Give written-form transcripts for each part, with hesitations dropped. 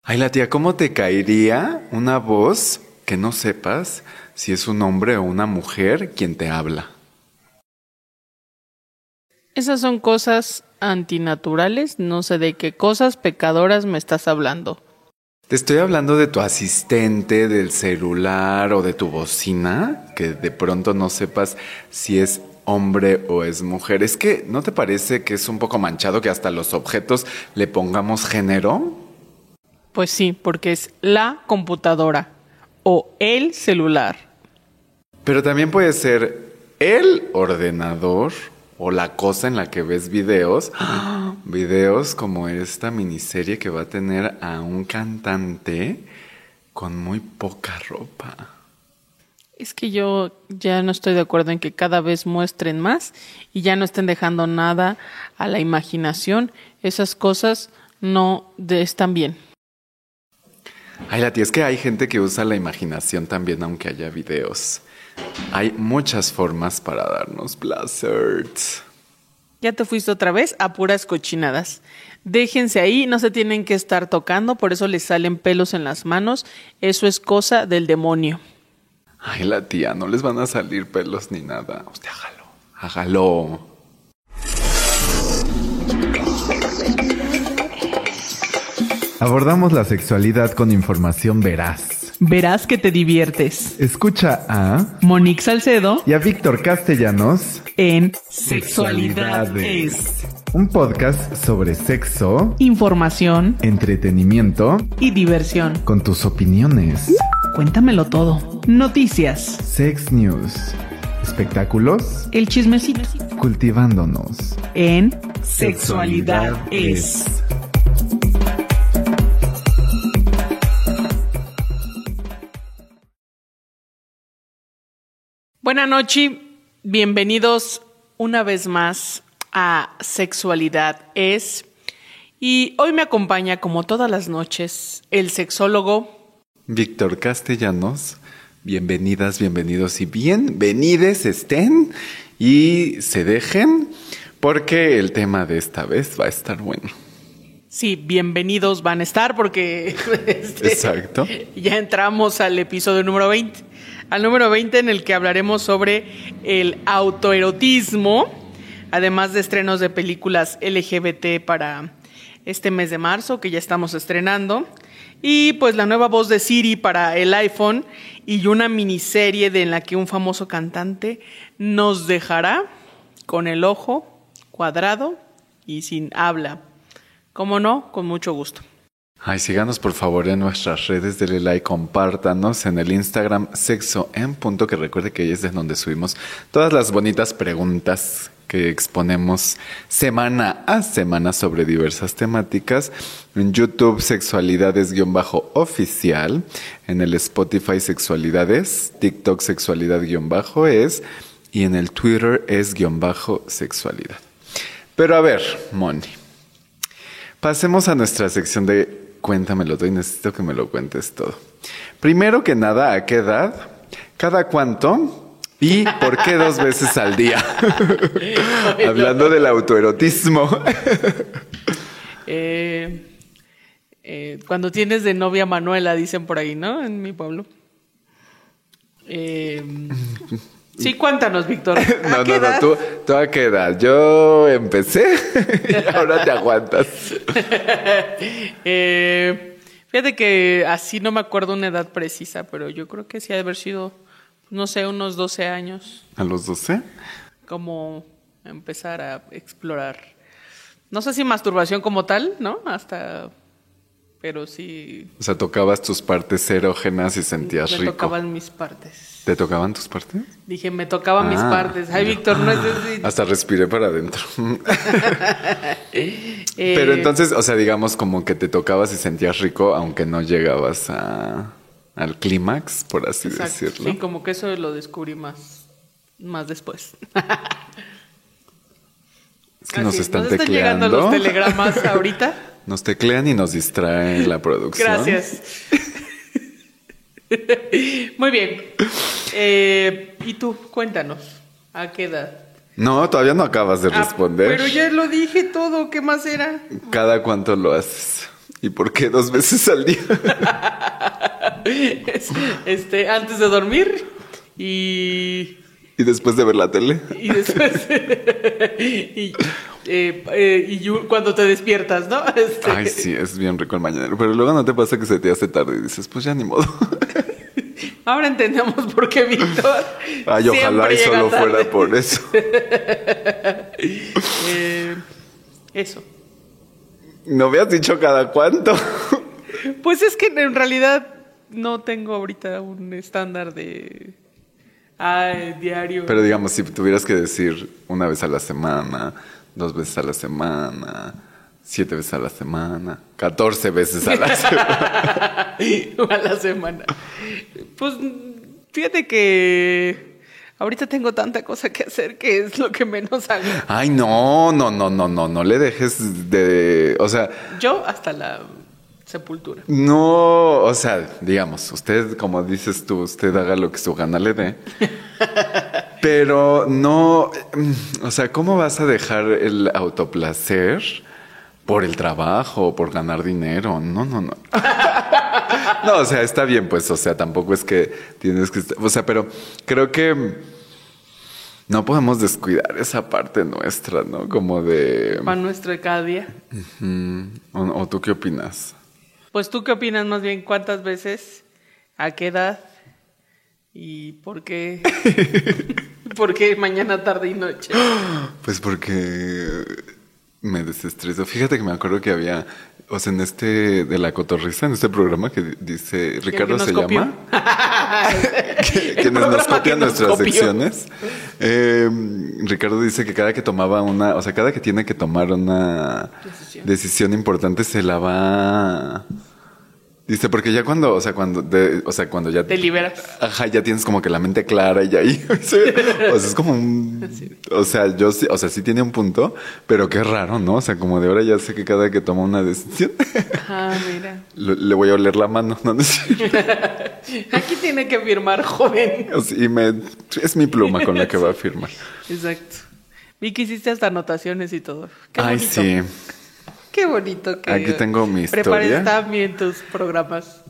Ay, la tía, ¿cómo te caería una voz que no sepas si es un hombre o una mujer quien te habla? Esas son cosas antinaturales, no sé de qué cosas pecadoras me estás hablando. Te estoy hablando de tu asistente, del celular o de tu bocina, que de pronto no sepas si es hombre o es mujer. ¿Es que no te parece que es un poco manchado que hasta los objetos le pongamos género? Pues sí, porque es la computadora o el celular. Pero también puede ser el ordenador o la cosa en la que ves videos. Videos como esta miniserie que va a tener a un cantante con muy poca ropa. Es que yo ya no estoy de acuerdo en que cada vez muestren más y ya no estén dejando nada a la imaginación. Esas cosas no están bien. Ay, la tía, es que hay gente que usa la imaginación también aunque haya videos. Hay muchas formas para darnos placer. Ya te fuiste otra vez a puras cochinadas. Déjense ahí, no se tienen que estar tocando, por eso les salen pelos en las manos. Eso es cosa del demonio. Ay, la tía, no les van a salir pelos ni nada. Usted hágalo. Abordamos la sexualidad con información veraz. Verás que te diviertes. Escucha a Monique Salcedo y a Víctor Castellanos en Sexualidades. Un podcast sobre sexo, Información entretenimiento y diversión. con tus opiniones. Cuéntamelo todo. Noticias. Sex News. Espectáculos. El chismecito. Cultivándonos. En Sexualidades. Buenas noches, bienvenidos una vez más a Sexualidad Es. Y hoy me acompaña, como todas las noches, el sexólogo Víctor Castellanos. Bienvenidas, bienvenidos y bienvenides estén y se dejen porque el tema de esta vez va a estar bueno. Sí, bienvenidos van a estar porque Exacto. Ya entramos al episodio número 20. Al número 20 en el que hablaremos sobre el autoerotismo, además de estrenos de películas LGBT para este mes de marzo, que ya estamos estrenando, y pues la nueva voz de Siri para el iPhone y una miniserie en la que un famoso cantante nos dejará con el ojo cuadrado y sin habla. ¿Cómo no? Con mucho gusto. Ay, síganos por favor en nuestras redes, denle like, compártanos en el Instagram sexoen. Que recuerde que ahí es de donde subimos todas las bonitas preguntas que exponemos semana a semana sobre diversas temáticas. En YouTube Sexualidades-oficial, en el Spotify Sexualidades, TikTok Sexualidad-es y en el Twitter es-sexualidad. Pero a ver, Moni, pasemos a nuestra sección de Cuéntamelo todo y necesito que me lo cuentes todo. Primero que nada, ¿a qué edad? ¿Cada cuánto? ¿Y por qué 2 veces al día? Hablando del autoerotismo. Cuando tienes de novia Manuela, dicen por ahí, ¿no? En mi pueblo. Sí, cuéntanos, Víctor. No, tú a qué edad. Yo empecé y ahora te aguantas. Fíjate que así no me acuerdo una edad precisa, pero yo creo que sí ha de haber sido, no sé, unos 12 años. ¿A los 12? Como empezar a explorar. No sé si masturbación como tal, ¿no? Pero sí. O sea, tocabas tus partes erógenas y sentías rico. Me tocaban mis partes. ¿Te tocaban tus partes? Dije, me tocaban mis partes. Ay, Víctor, no es decir. Hasta respiré para adentro. Pero entonces, o sea, digamos como que te tocabas y sentías rico, aunque no llegabas al clímax, por así decirlo. Sí, como que eso lo descubrí más después. Es que nos están están llegando los telegramas ahorita. Nos teclean y nos distraen la producción. Gracias. Muy bien. ¿Y tú? Cuéntanos. ¿A qué edad? No, todavía no acabas de responder. Pero ya lo dije todo. ¿Qué más era? ¿Cada cuánto lo haces? ¿Y por qué 2 veces al día? Antes de dormir y después de ver la tele. Y después cuando te despiertas, ¿no? Ay, sí, es bien rico el mañanero. Pero luego no te pasa que se te hace tarde y dices, pues ya ni modo. Ahora entendemos por qué Víctor. Ay, ojalá y solo fuera por eso. Eso. ¿No me has dicho cada cuánto? Pues es que en realidad no tengo ahorita un estándar de diario. Pero digamos, si tuvieras que decir 1 vez a la semana, 2 veces a la semana, 7 veces a la semana, 14 veces a la semana. A la semana. Pues fíjate que ahorita tengo tanta cosa que hacer que es lo que menos hago. Ay, no le dejes de... O sea... Yo hasta la sepultura. No, o sea, digamos, usted, como dices tú, usted haga lo que su gana le dé. Pero no, o sea, ¿cómo vas a dejar el autoplacer por el trabajo o por ganar dinero? No. No, o sea, está bien, pues, o sea, tampoco es que tienes que estar, o sea, pero creo que no podemos descuidar esa parte nuestra, ¿no? Como de... Pan nuestro de cada día. ¿O tú qué opinas? Pues tú qué opinas más bien, ¿cuántas veces? ¿A qué edad? ¿Y por qué? ¿Por qué mañana, tarde y noche? Pues porque me desestreso. Fíjate que me acuerdo que había, o sea, en de La Cotorrisa, en este programa que dice, Ricardo se llama, quienes nos copian nuestras secciones. Ricardo dice que cada que tomaba cada que tiene que tomar una decisión importante se la va... Dice, porque ya cuando ya... Te liberas. Ajá, ya tienes como que la mente clara y ya ahí... o sea, es como un... O sea, yo sí, o sea, sí tiene un punto, pero qué raro, ¿no? O sea, como de ahora ya sé que cada que tomo una decisión... Ah, mira. Le voy a oler la mano, ¿no? Aquí tiene que firmar, joven. Y es mi pluma con la que va a firmar. Exacto. Vi que hiciste hasta anotaciones y todo. Qué Ay, bonito. sí. Qué bonito que... Aquí tengo mi historia. Prepares también tus programas.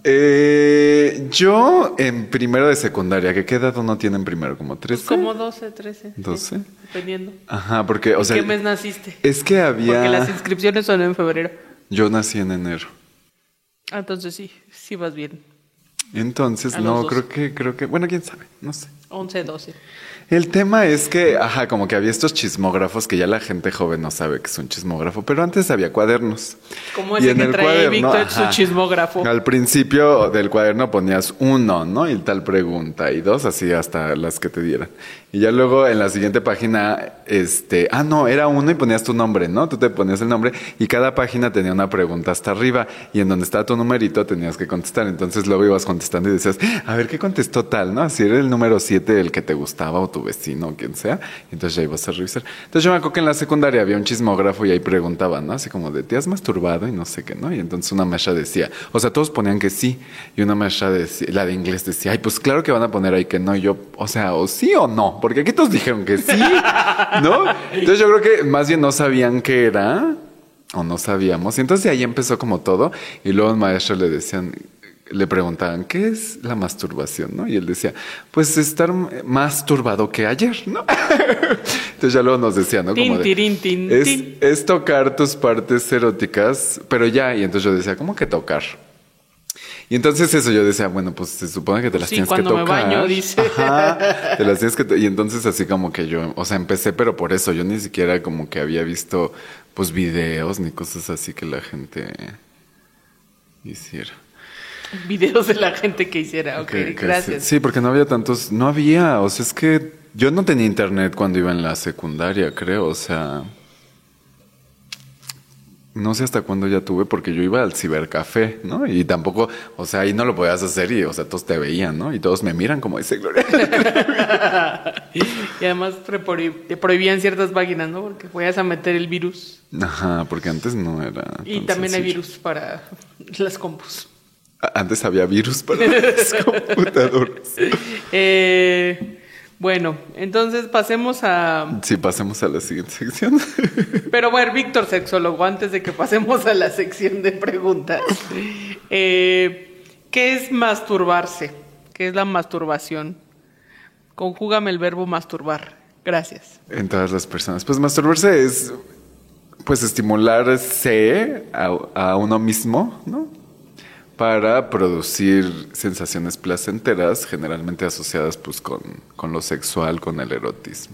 Yo en primero de secundaria, ¿qué edad uno tiene en primero? ¿Como 13? Como 12, 13. 12. Sí, dependiendo. Ajá, porque, o sea... ¿En qué mes naciste? Es que había... Porque las inscripciones son en febrero. Yo nací en enero. Entonces sí vas bien. Entonces, no, creo que... Bueno, quién sabe, no sé. 11, 12. El tema es que, como que había estos chismógrafos que ya la gente joven no sabe que es un chismógrafo, pero antes había cuadernos. Como ese que trae Víctor su chismógrafo. Al principio del cuaderno ponías 1, ¿no? Y tal pregunta, y 2, así hasta las que te dieran. Y ya luego en la siguiente página, era 1 y ponías tu nombre, ¿no? Tú te ponías el nombre y cada página tenía una pregunta hasta arriba y en donde estaba tu numerito tenías que contestar. Entonces luego ibas contestando y decías, a ver, ¿qué contestó tal, no? Si era el número 7 el que te gustaba o tu vecino o quien sea, entonces ya ibas a revisar. Entonces yo me acuerdo que en la secundaria había un chismógrafo y ahí preguntaban, ¿no? Así como de, ¿te has masturbado? Y no sé qué, ¿no? Y entonces una maestra decía, o sea, todos ponían que sí, y una maestra decía, la de inglés decía, ay, pues claro que van a poner ahí que no, y yo, o sea, o sí o no, porque aquí todos dijeron que sí, ¿no? Entonces yo creo que más bien no sabían qué era, o no sabíamos, y entonces de ahí empezó como todo, y luego el maestro le preguntaban, ¿qué es la masturbación? ¿No? Y él decía, pues estar más turbado que ayer, ¿no? Entonces ya luego nos decía, ¿no? Como es tocar tus partes eróticas, pero ya, y entonces yo decía, ¿cómo que tocar? Y entonces eso yo decía, bueno, pues se supone que te las tienes que tocar. Sí, cuando me baño, dice. Ajá, te las tienes que y entonces así como que yo, o sea, empecé, pero por eso, yo ni siquiera como que había visto, pues, videos ni cosas así que la gente hiciera. Videos de la gente que hiciera, ok, gracias. Sí, porque no había tantos, no había, o sea, es que yo no tenía internet cuando iba en la secundaria, creo, o sea, no sé hasta cuándo ya tuve, porque yo iba al cibercafé, ¿no? Y tampoco, o sea, ahí no lo podías hacer y, o sea, todos te veían, ¿no? Y todos me miran como dice Gloria. Y además te prohibían ciertas páginas, ¿no? Porque podías a meter el virus. Ajá, porque antes no era. Y también hay virus para las compus. Antes había virus para las computadoras. Bueno, entonces pasemos a... Sí, pasemos a la siguiente sección. Pero bueno, Víctor, sexólogo, antes de que pasemos a la sección de preguntas, ¿qué es masturbarse? ¿Qué es la masturbación? Conjúgame el verbo masturbar. Gracias. En todas las personas. Pues masturbarse es, pues, estimularse a uno mismo, ¿no? Para producir sensaciones placenteras, generalmente asociadas pues con lo sexual, con el erotismo.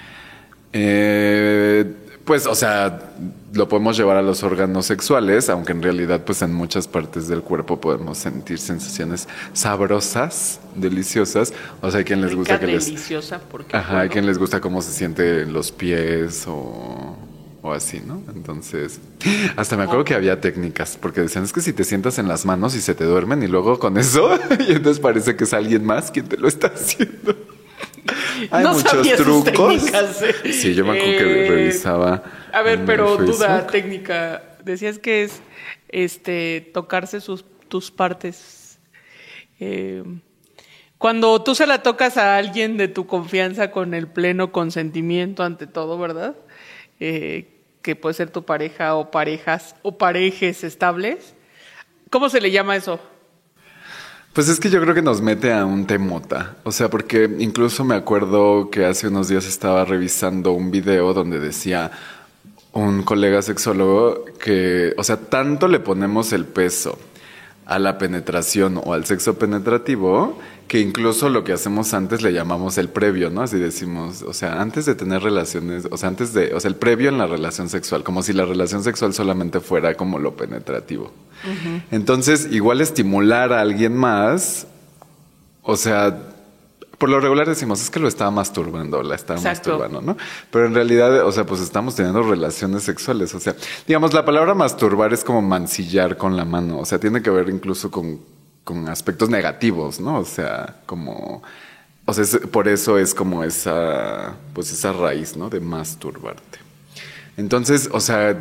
Pues, o sea, lo podemos llevar a los órganos sexuales, aunque en realidad pues en muchas partes del cuerpo podemos sentir sensaciones sabrosas, deliciosas. O sea, hay quien les gusta que deliciosa, porque Ajá, bueno, hay quien les gusta cómo se siente en los pies o así, ¿no? Entonces, hasta me acuerdo que había técnicas, porque decían, es que si te sientas en las manos y se te duermen y luego con eso, y entonces parece que es alguien más quien te lo está haciendo. Hay no muchos sabía sus trucos. técnicas, Sí, yo me acuerdo que revisaba. A ver, en pero el duda Facebook. técnica. Decías que es tocarse tus partes. Cuando tú se la tocas a alguien de tu confianza con el pleno consentimiento ante todo, ¿verdad? Que puede ser tu pareja o parejas o parejes estables. ¿Cómo se le llama eso? Pues es que yo creo que nos mete a un temota. O sea, porque incluso me acuerdo que hace unos días estaba revisando un video donde decía un colega sexólogo que, o sea, tanto le ponemos el peso a la penetración o al sexo penetrativo que incluso lo que hacemos antes le llamamos el previo, ¿no? Así decimos, o sea, antes de tener relaciones, o sea, el previo en la relación sexual, como si la relación sexual solamente fuera como lo penetrativo. Uh-huh. Entonces, igual estimular a alguien más, o sea, por lo regular decimos, es que lo estaba masturbando, la estaba Exacto. masturbando, ¿no? Pero en realidad, o sea, pues estamos teniendo relaciones sexuales. O sea, digamos, la palabra masturbar es como mancillar con la mano. O sea, tiene que ver incluso con aspectos negativos, ¿no? O sea, como... O sea, por eso es como esa raíz, ¿no? De masturbarte. Entonces, o sea,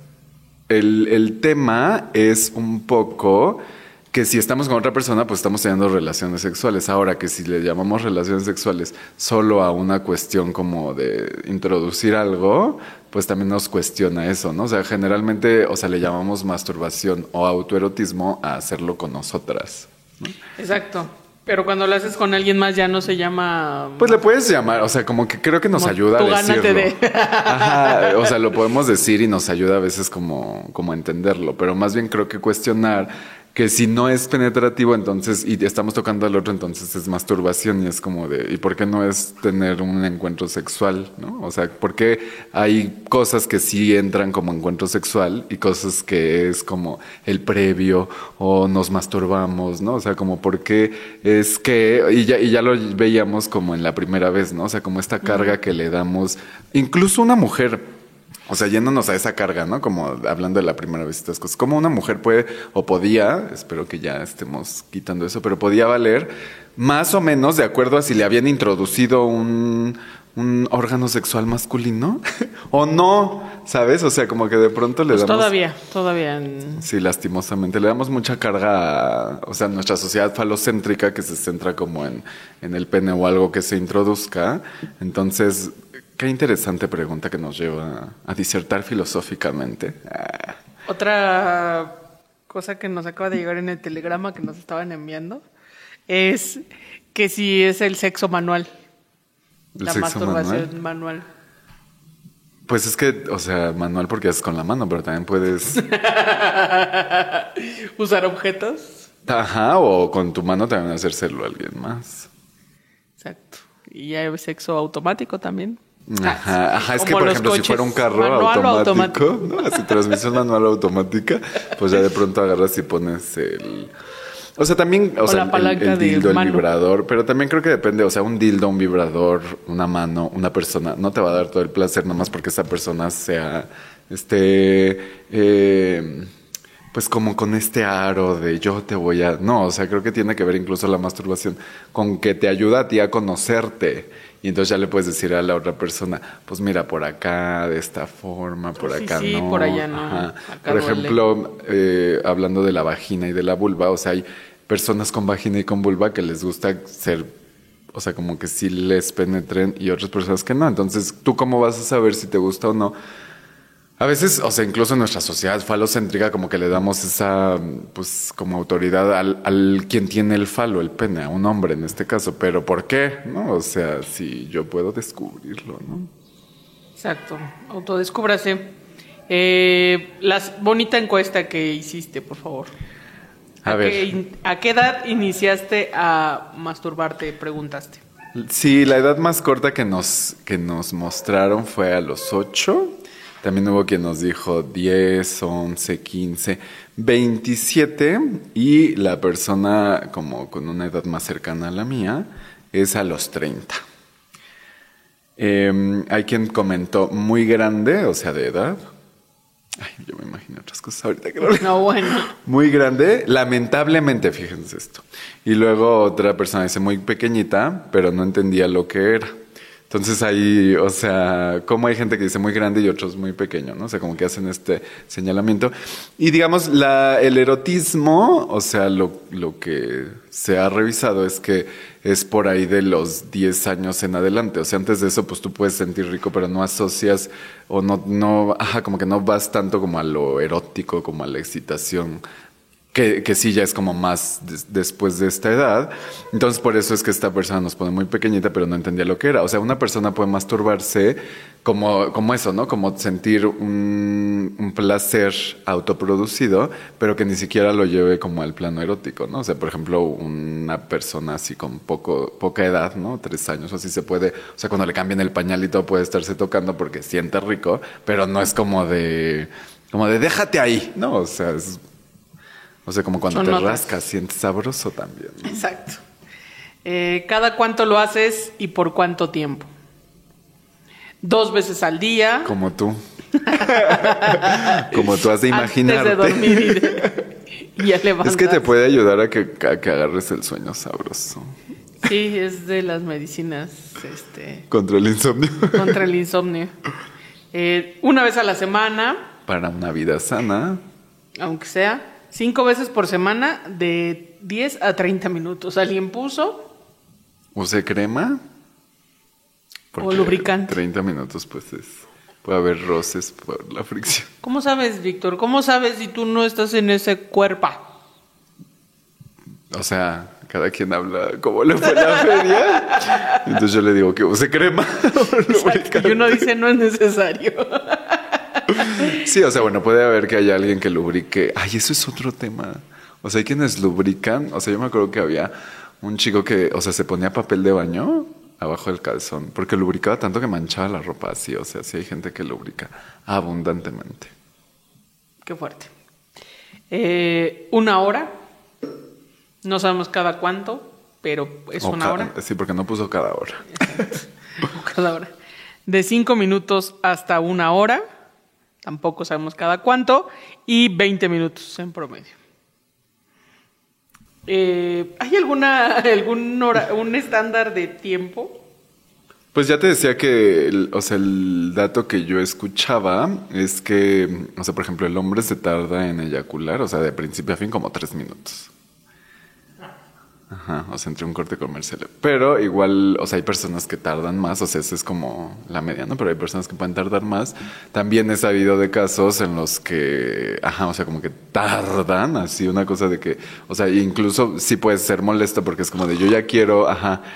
el tema es un poco... que si estamos con otra persona, pues estamos teniendo relaciones sexuales. Ahora, que si le llamamos relaciones sexuales solo a una cuestión como de introducir algo, pues también nos cuestiona eso, ¿no? O sea, generalmente, o sea, le llamamos masturbación o autoerotismo a hacerlo con nosotras, ¿no? Exacto. Pero cuando lo haces con alguien más ya no se llama... Pues le puedes llamar, o sea, como que creo que nos ayuda a decirlo. Ajá, o sea, lo podemos decir y nos ayuda a veces como a entenderlo, pero más bien creo que cuestionar que si no es penetrativo, entonces, y estamos tocando al otro, entonces es masturbación y es como de, ¿y por qué no es tener un encuentro sexual, no? O sea, ¿por qué hay cosas que sí entran como encuentro sexual y cosas que es como el previo o nos masturbamos, ¿no? O sea, como por qué es que, y ya lo veíamos como en la primera vez, ¿no? O sea, como esta carga que le damos, incluso una mujer. O sea, yéndonos a esa carga, ¿no? Como hablando de la primera vez estas cosas. Como una mujer puede, o podía, espero que ya estemos quitando eso, pero podía valer más o menos de acuerdo a si le habían introducido un órgano sexual masculino o no, ¿sabes? O sea, como que de pronto le pues damos... Todavía. Sí, lastimosamente. Le damos mucha carga o sea, nuestra sociedad falocéntrica que se centra como en el pene o algo que se introduzca. Entonces... Qué interesante pregunta que nos lleva a disertar filosóficamente. Otra cosa que nos acaba de llegar en el telegrama que nos estaban enviando es que si es el sexo manual. La masturbación manual. Pues es que, o sea, manual porque es con la mano, pero también puedes... ¿Usar objetos? Ajá, o con tu mano también hacérselo a alguien más. Exacto. Y ya hay sexo automático también. Ajá, es que por ejemplo si fuera un carro automático, ¿no? Así transmisión manual automática, pues ya de pronto agarras y pones el... O sea, también, o sea, la palanca el dildo, de el vibrador, pero también creo que depende, o sea, un dildo, un vibrador, una mano, una persona, no te va a dar todo el placer nomás porque esa persona sea, pues como con este aro de yo te voy a... No, o sea, creo que tiene que ver incluso la masturbación con que te ayuda a ti a conocerte. Y entonces ya le puedes decir a la otra persona, pues mira, por acá, de esta forma, por acá sí, no. por allá no. Ajá. Acá por duele. ejemplo, hablando de la vagina y de la vulva, o sea, hay personas con vagina y con vulva que les gusta ser... o sea, como que sí les penetren y otras personas que no. Entonces, ¿tú cómo vas a saber si te gusta o no? A veces, o sea, incluso en nuestra sociedad falocéntrica, como que le damos esa, pues, como autoridad al quien tiene el falo, el pene, a un hombre en este caso. Pero ¿por qué? ¿No? O sea, si yo puedo descubrirlo, ¿no? Exacto, autodescúbrase. La bonita encuesta que hiciste, por favor. A ver. ¿A qué edad iniciaste a masturbarte? Preguntaste. Sí, la edad más corta que nos mostraron fue a los 8. También hubo quien nos dijo 10, 11, 15, 27. Y la persona como con una edad más cercana a la mía es a los 30. Hay quien comentó muy grande, o sea, de edad. Ay, yo me imagino otras cosas ahorita que No, bueno. Muy grande, lamentablemente, fíjense esto. Y luego otra persona dice muy pequeñita, pero no entendía lo que era. Entonces ahí, o sea, como hay gente que dice muy grande y otros muy pequeño, ¿no? O sea, como que hacen este señalamiento. Y digamos, el erotismo, o sea, lo que se ha revisado es que es por ahí de los 10 años en adelante. O sea, antes de eso, pues tú puedes sentir rico, pero no asocias o como que no vas tanto como a lo erótico, como a la excitación. Que sí ya es como más después de esta edad. Entonces por eso es que esta persona nos pone muy pequeñita, pero no entendía lo que era. O sea, una persona puede masturbarse como eso, ¿no? Como sentir un placer autoproducido, pero que ni siquiera lo lleve como al plano erótico, ¿no? O sea, por ejemplo, una persona así con poca edad, ¿no? 3 años o así se puede, o sea, cuando le cambian el pañal y todo puede estarse tocando porque siente rico, pero no es como de déjate ahí, ¿no? O sea, como cuando te rascas, sientes sabroso también, ¿no? Exacto. ¿Cada cuánto lo haces y por cuánto tiempo? 2 veces al día. Como tú. Como tú has de imaginarte. Antes de dormir y ya levantas. Es que te puede ayudar a que agarres el sueño sabroso. Sí, es de las medicinas. Contra el insomnio. Contra el insomnio. 1 vez a la semana. Para una vida sana. Aunque sea. 5 veces por semana de 10 a 30 minutos. ¿Alguien puso? ¿Use crema? O lubricante. 30 minutos, pues puede haber roces por la fricción. ¿Cómo sabes, Víctor? ¿Cómo sabes si tú no estás en ese cuerpo? O sea, cada quien habla como le fue la feria. Entonces yo le digo que use crema. Exacto, y uno dice no es necesario. Sí, o sea, bueno, puede haber que haya alguien que lubrique. Ay, eso es otro tema. O sea, hay quienes lubrican. O sea, yo me acuerdo que había un chico que, o sea, se ponía papel de baño abajo del calzón porque lubricaba tanto que manchaba la ropa así. O sea, sí hay gente que lubrica abundantemente. Qué fuerte. 1 hora. No sabemos cada cuánto, pero es una hora. Sí, porque no puso cada hora. Cada hora. De 5 minutos hasta 1 hora. Tampoco sabemos cada cuánto. Y 20 minutos en promedio. ¿Hay un estándar de tiempo? Pues ya te decía que, el dato que yo escuchaba es que, o sea, por ejemplo, el hombre se tarda en eyacular, o sea, de principio a fin como 3 minutos. Ajá, o sea, entre un corte comercial. Pero igual, o sea, hay personas que tardan más, o sea, esa es como la media, ¿no? Pero hay personas que pueden tardar más. También he sabido de casos en los que, o sea, como que tardan, así, una cosa de que, o sea, incluso sí puede ser molesto porque es como de yo ya quiero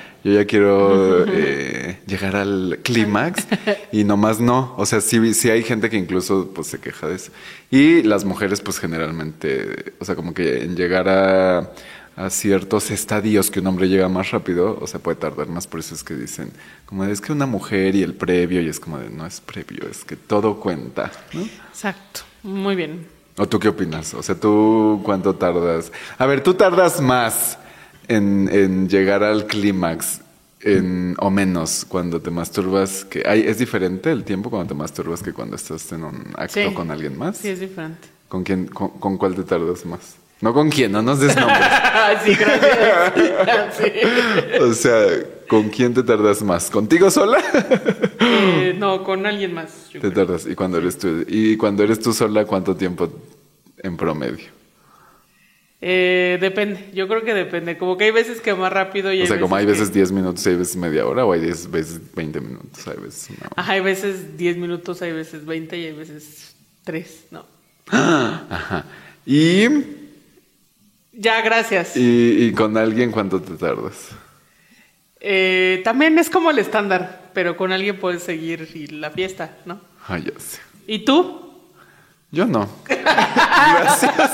llegar al clímax y nomás no. O sea, sí hay gente que incluso pues se queja de eso. Y las mujeres pues generalmente, o sea, como que en llegar a ciertos estadios que un hombre llega más rápido, o sea, puede tardar más, por eso es que dicen, como es que una mujer y el previo, y es como de, no es previo, es que todo cuenta, ¿no? Exacto, muy bien. ¿O tú qué opinas? O sea, ¿tú cuánto tardas? A ver, ¿tú tardas más en llegar al clímax o menos cuando te masturbas? ¿Es diferente el tiempo cuando te masturbas que cuando estás en un acto con alguien más? Sí, es diferente. ¿Con cuál te tardas más? No con quién, no nos des nombres. Sí, gracias. Sí. O sea, ¿con quién te tardas más? ¿Contigo sola? No, con alguien más. Te tardas. ¿Y cuando eres tú sola, cuánto tiempo en promedio? Depende, yo creo que depende. Como que hay veces que más rápido y O hay sea, como hay que- veces 10 minutos, hay veces media hora, o hay veces 20 minutos, hay veces una hora. Ajá, hay veces 10 minutos, hay veces 20 y hay veces 3, ¿no? Ajá. Y Ya, gracias. y con alguien, ¿cuánto te tardas? También es como el estándar, pero con alguien puedes seguir y la fiesta, ¿no? Ah, ya sé. ¿Y tú? Yo no. Gracias.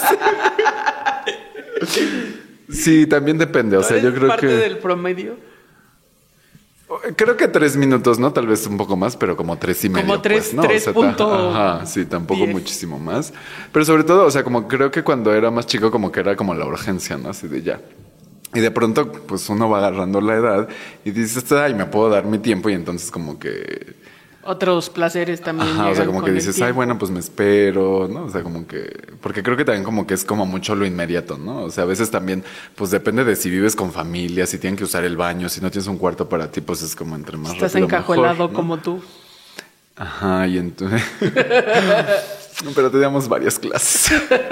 Sí, también depende. O sea, yo ¿Eres creo parte que... del promedio? Creo que 3 minutos, ¿no? Tal vez un poco más, pero como 3 y medio. Como pues, ¿no? O sea, 3.10. ajá, sí, tampoco muchísimo más. Pero sobre todo, o sea, como creo que cuando era más chico, como que era como la urgencia, ¿no? Así de ya. Y de pronto, pues uno va agarrando la edad y dices, ay, me puedo dar mi tiempo. Y entonces como que... Otros placeres también. Ajá, o sea, llegan como con que el dices, ay, tiempo. bueno, pues me espero, ¿no? O sea, como que... Porque creo que también como que es como mucho lo inmediato, ¿no? O sea, a veces también, pues depende de si vives con familia, si tienen que usar el baño, si no tienes un cuarto para ti, pues es como entre más Estás rápido encajuelado mejor, ¿no? como tú. Ajá, y entonces... No, pero teníamos varias clases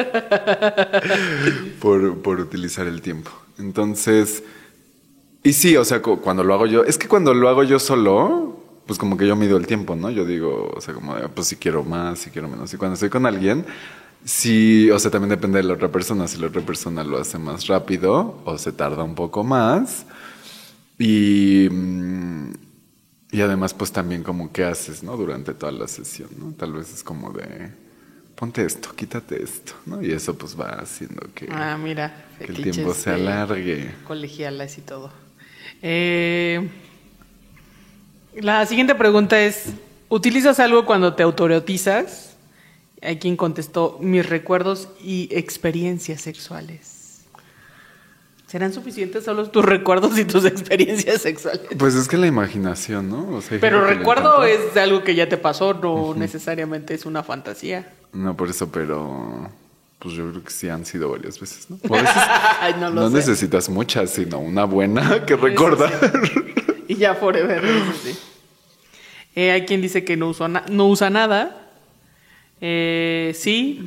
por utilizar el tiempo. Entonces... Y sí, o sea, cuando lo hago yo... Es que cuando lo hago yo solo... Pues como que yo mido el tiempo, ¿no? Yo digo, o sea, como, pues si quiero más, si quiero menos. Y cuando estoy con alguien, sí, o sea, también depende de la otra persona. Si la otra persona lo hace más rápido o se tarda un poco más. Y además, pues también como qué haces, ¿no? Durante toda la sesión, ¿no? Tal vez es como de, ponte esto, quítate esto, ¿no? Y eso pues va haciendo que, Ah, mira. que el fetiches tiempo se de alargue. Colegialas y todo. La siguiente pregunta es, ¿utilizas algo cuando te autoerotizas? Hay quien contestó, mis recuerdos y experiencias sexuales. ¿Serán suficientes solo tus recuerdos y tus experiencias sexuales? Pues es que la imaginación, ¿no? O sea, hay Pero gente que le recuerdo encanta. es de algo que ya te pasó, no necesariamente es una fantasía. No, por eso, pero pues yo creo que sí han sido varias veces, ¿no? O a veces Ay, no lo no sé. necesitas muchas, sino una buena que recordar. Y ya forever, eso sí. Hay quien dice que no usa nada. Sí,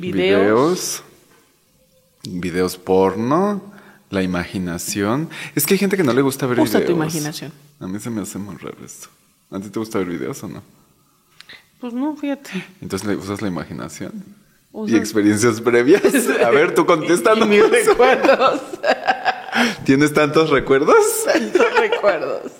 Videos porno, la imaginación. Es que hay gente que no le gusta ver Usa videos. tu imaginación. A mí se me hace muy raro esto. ¿A ti te gusta ver videos o no? Pues no, fíjate. Entonces le usas la imaginación. Usa- Y experiencias previas. A ver, tú Y contéstanos. mis recuerdos. ¿Tienes tantos recuerdos? Tantos recuerdos.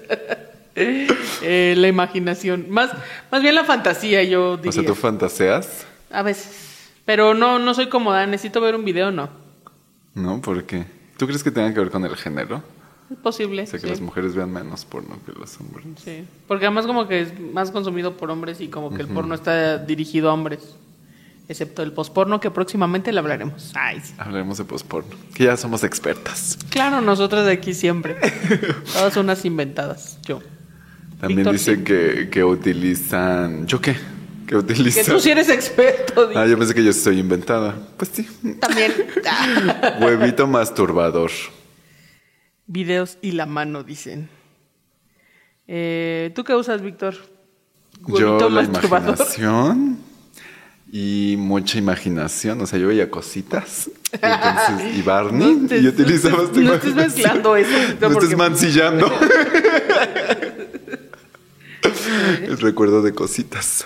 La imaginación. Más bien la fantasía, yo diría. O sea, ¿tú fantaseas? A veces. Pero no soy cómoda. Necesito ver un video, no. No, ¿por qué? ¿Tú crees que tenga que ver con el género? Es posible. O sea, que sí. las mujeres vean menos porno que los hombres. Sí. Porque además como que es más consumido por hombres y como que el porno está dirigido a hombres. Excepto el posporno que próximamente le hablaremos. Ay, sí. Hablaremos de posporno, que ya somos expertas. Claro, nosotras de aquí siempre. Todas unas inventadas. Yo. También Víctor, dicen sí. que utilizan... ¿Yo qué? Que Que utilizan... tú sí eres experto. Ah, yo pensé que yo soy inventada. Pues sí. También. Huevito masturbador. Videos y la mano, dicen. ¿Tú qué usas, Víctor? Yo ¿Huevito la masturbador? imaginación y mucha imaginación. O sea, yo veía cositas. Y Barney. No te- y utilizabas tu no estés imaginación. mezclando eso, Víctor, No estés porque- mancillando. El recuerdo de cositas.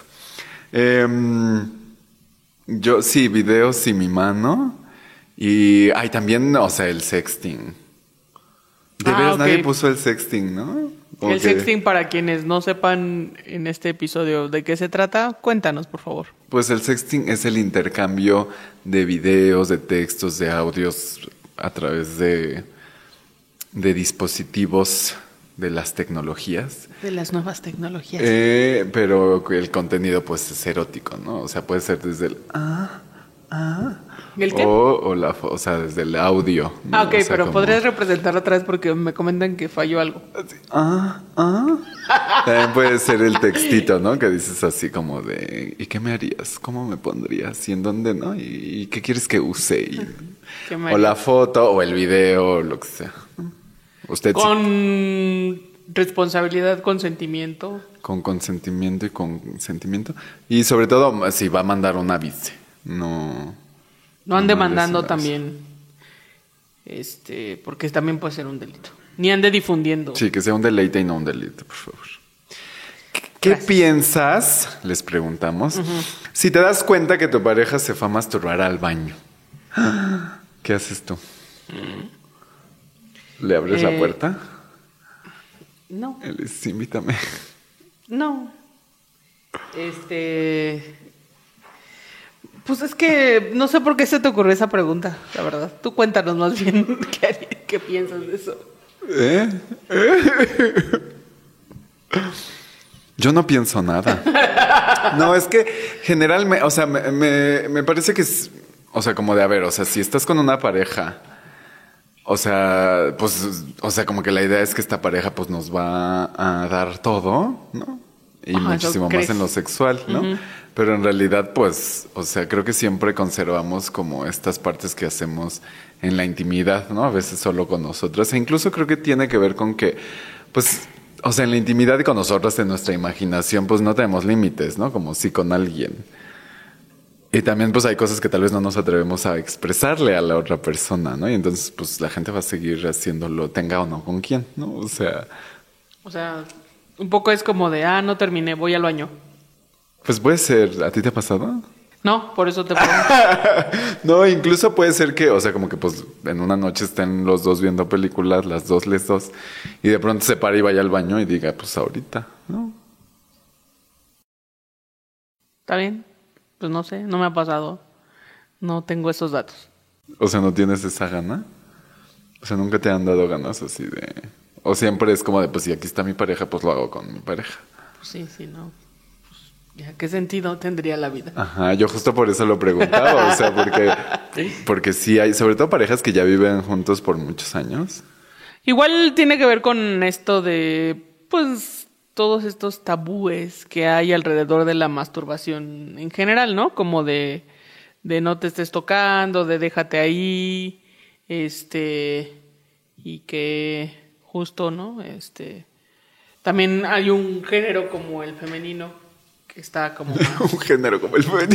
Yo sí, videos y mi mano. Y hay también, o sea, el sexting. De veras ok. nadie puso el sexting, ¿no? Como El que- sexting, para quienes no sepan en este episodio de qué se trata, cuéntanos, por favor. Pues el sexting es el intercambio de videos, de textos, de audios a través de dispositivos de las tecnologías. De las nuevas tecnologías. Pero el contenido pues es erótico, ¿no? O sea, puede ser desde el ¿El qué? o sea, desde el audio, ¿no? Ah, ok, O sea, pero como- podrías representarlo otra vez porque me comentan que falló algo. así, También puede ser el textito, ¿no? Que dices así como de, ¿y qué me harías? ¿Cómo me pondrías? ¿Y en dónde, no? ¿Y qué quieres que use? ¿Qué me O la harías? foto, o el video, o lo que sea. Usted sí, Con responsabilidad, consentimiento. con consentimiento y con sentimiento. Y sobre todo, si va a mandar un aviso. No No ande no mandando lesiones. también porque también puede ser un delito. Ni ande difundiendo. Sí, que sea un deleite y no un delito, por favor. ¿Qué piensas? Les preguntamos. Si te das cuenta que tu pareja se fue a masturbar al baño, ¿qué haces tú? ¿Le abres la puerta? No. Él dice, invítame. No. Pues es que no sé por qué se te ocurrió esa pregunta, la verdad. Tú cuéntanos más bien qué piensas de eso. Yo no pienso nada. No, es que generalmente, o sea, me parece que es, o sea, como de, a ver, o sea, si estás con una pareja, o sea, pues, o sea, como que la idea es que esta pareja, pues, nos va a dar todo, ¿no? Y muchísimo más en lo sexual, ¿no? Pero en realidad, pues, o sea, creo que siempre conservamos como estas partes que hacemos en la intimidad, ¿no? A veces solo con nosotras. E incluso creo que tiene que ver con que, pues, o sea, en la intimidad y con nosotras, en nuestra imaginación, pues no tenemos límites, ¿no? Como si con alguien. Y también, pues, hay cosas que tal vez no nos atrevemos a expresarle a la otra persona, ¿no? Y entonces, pues, la gente va a seguir haciéndolo, tenga o no con quién, ¿no? O sea, un poco es como de, no terminé, voy al baño. pues puede ser, ¿a ti te ha pasado? No, por eso te pregunto. No, incluso puede ser que, o sea, como que pues en una noche estén los dos viendo películas, las dos, y de pronto se para y vaya al baño y diga, pues ahorita, ¿no? ¿Está bien? Pues no sé, no me ha pasado. No tengo esos datos. O sea, ¿no tienes esa gana? O sea, ¿nunca te han dado ganas así de...? O siempre es como de, pues si aquí está mi pareja, pues lo hago con mi pareja. Pues sí, no. Pues, ya, ¿qué sentido tendría la vida? Ajá, yo justo por eso lo preguntaba, o sea, porque sí hay, sobre todo parejas que ya viven juntos por muchos años. Igual tiene que ver con esto de, pues, todos estos tabúes que hay alrededor de la masturbación en general, ¿no? Como de no te estés tocando, de déjate ahí, y que justo, ¿no? También hay un género como el femenino que está como más... Un género como el femenino.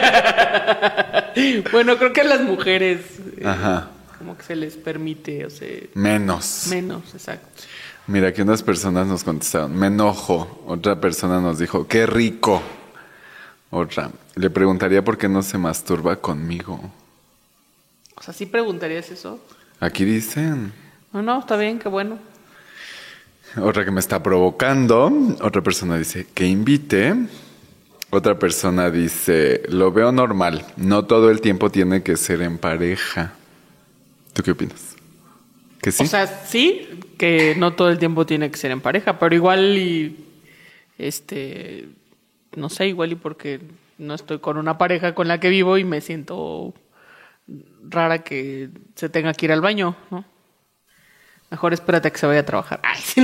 Bueno, creo que a las mujeres Ajá. como que se les permite, o sea... Menos, exacto. Mira, que unas personas nos contestaron, me enojo. Otra persona nos dijo, qué rico. Otra, le preguntaría por qué no se masturba conmigo. O sea, ¿sí preguntarías eso? Aquí dicen. No, está bien, qué bueno. Otra que me está provocando. Otra persona dice, que invite. Otra persona dice, lo veo normal. No todo el tiempo tiene que ser en pareja. ¿Tú qué opinas? ¿Que sí? O sea, sí, que no todo el tiempo tiene que ser en pareja, pero igual y... no sé, igual y porque no estoy con una pareja con la que vivo y me siento rara que se tenga que ir al baño, ¿no? Mejor espérate a que se vaya a trabajar. Ay, sí.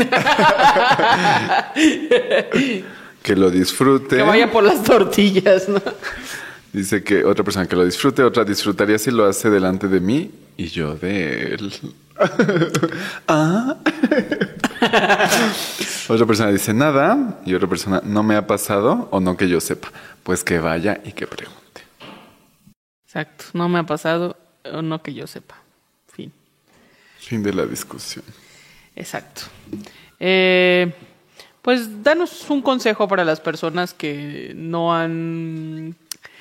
Que lo disfrute. Que vaya por las tortillas, ¿no? Dice que otra persona que lo disfrute, otra disfrutaría si lo hace delante de mí y yo de él. Otra persona dice nada y otra persona no me ha pasado o no que yo sepa. Pues que vaya y que pregunte. Exacto, no me ha pasado o no que yo sepa. Fin. Fin de la discusión. Exacto. Pues danos un consejo para las personas que no han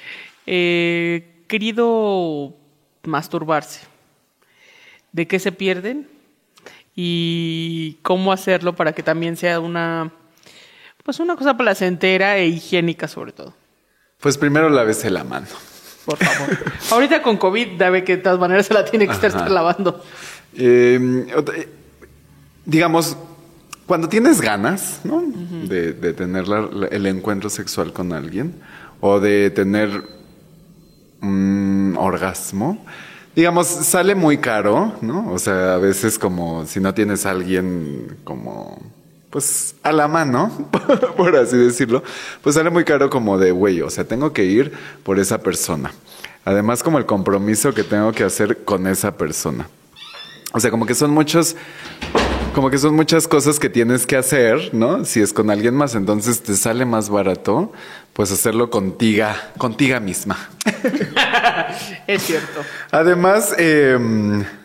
querido masturbarse. ¿De qué se pierden? Y cómo hacerlo para que también sea una cosa placentera e higiénica sobre todo. Pues primero lávese la mano. Por favor. Ahorita con COVID, debe que de todas maneras se la tiene que estar lavando. Digamos, cuando tienes ganas, ¿no? De tener el encuentro sexual con alguien o de tener un orgasmo, digamos, sale muy caro, ¿no? O sea, a veces como si no tienes a alguien como, pues, a la mano, por así decirlo, pues sale muy caro como de, güey, o sea, tengo que ir por esa persona. Además, como el compromiso que tengo que hacer con esa persona. O sea, como que son muchas cosas que tienes que hacer, ¿no? Si es con alguien más, entonces te sale más barato, pues hacerlo contigo misma. Es cierto. Además,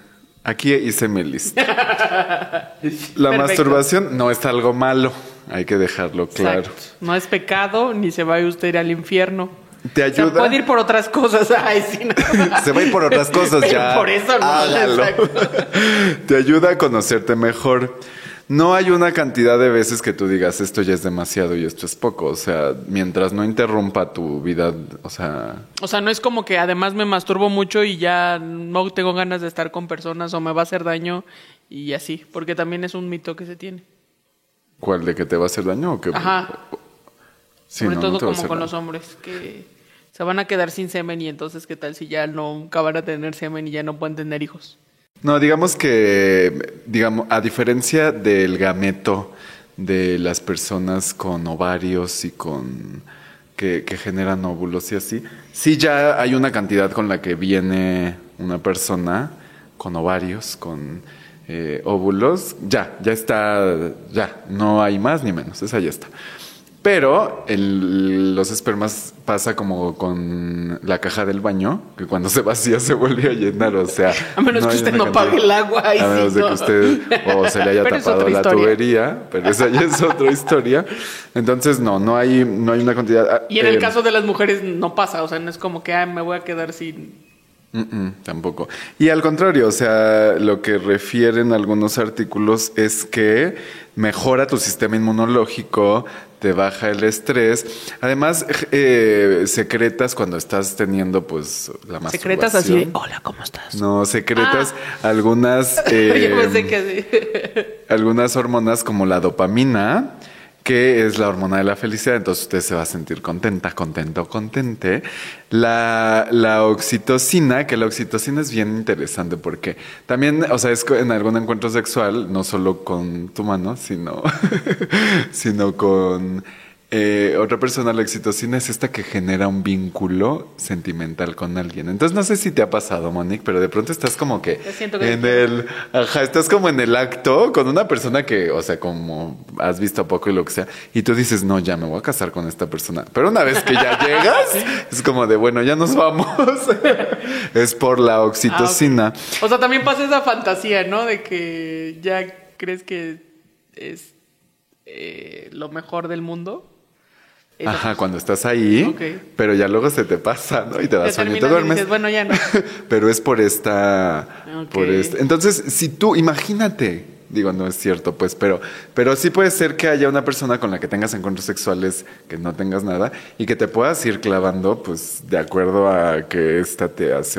Aquí hice mi lista. La Perfecto. masturbación no es algo malo, hay que dejarlo claro. Exacto. No es pecado, ni se vaya usted al infierno. ¿Te O sea, ayuda? puede ir por otras cosas. Ay, sí, no. Se va a ir por otras cosas. Pero ya. por eso no. Hágalo. Exacto. Te ayuda a conocerte mejor. No hay una cantidad de veces que tú digas esto ya es demasiado y esto es poco. O sea, mientras no interrumpa tu vida, o sea... O sea, no es como que además me masturbo mucho y ya no tengo ganas de estar con personas o me va a hacer daño y así. Porque también es un mito que se tiene. ¿Cuál? ¿De que te va a hacer daño o que...? Ajá. Sí, Sobre no, todo no te va a como hacer con daño. los hombres, que se van a quedar sin semen y entonces qué tal si ya nunca van a tener semen y ya no pueden tener hijos. No, digamos que, a diferencia del gameto de las personas con ovarios y con que generan óvulos y así, sí ya hay una cantidad con la que viene una persona con ovarios, con óvulos, ya está, ya, no hay más ni menos, esa ya está. Pero los espermas pasa como con la caja del baño, que cuando se vacía se vuelve a llenar, o sea... A menos que hay usted una no pague el agua. Ahí a menos sí, de no. que usted o se le haya Pero es tapado otra la historia. tubería, pero esa ya es otra historia. Entonces, no hay una cantidad... Y en el caso de las mujeres no pasa, o sea, no es como que me voy a quedar sin... Tampoco. Y al contrario, o sea, lo que refieren algunos artículos es que mejora tu sistema inmunológico, te baja el estrés. Además, secretas cuando estás teniendo, pues, la masturbación. Secretas así de, hola, ¿cómo estás? No, secretas algunas... Yo pensé que sí. algunas hormonas como la dopamina, que es la hormona de la felicidad, entonces usted se va a sentir contenta, contento, contente. La oxitocina, que la oxitocina es bien interesante porque también, o sea, es en algún encuentro sexual, no solo con tu mano, sino con otra persona. La oxitocina es esta que genera un vínculo sentimental con alguien. Entonces no sé si te ha pasado, Monique, pero de pronto estás como que siento que estás como en el acto con una persona que, o sea, como has visto poco y lo que sea, y tú dices, no, ya me voy a casar con esta persona. Pero una vez que ya llegas, es como de, bueno, ya nos vamos. Es por la oxitocina. Okay. O sea, también pasa esa fantasía, ¿no? De que ya crees que es lo mejor del mundo. Eso. Ajá, cuando estás ahí, Ok. pero ya luego se te pasa, ¿no? Y te das sueño y te terminas y duermes. dices, bueno, ya no. Pero es por esta... Ok. Entonces, si tú, imagínate, digo, no es cierto, pues, pero sí puede ser que haya una persona con la que tengas encuentros sexuales que no tengas nada y que te puedas ir clavando, pues, de acuerdo a que esta te hace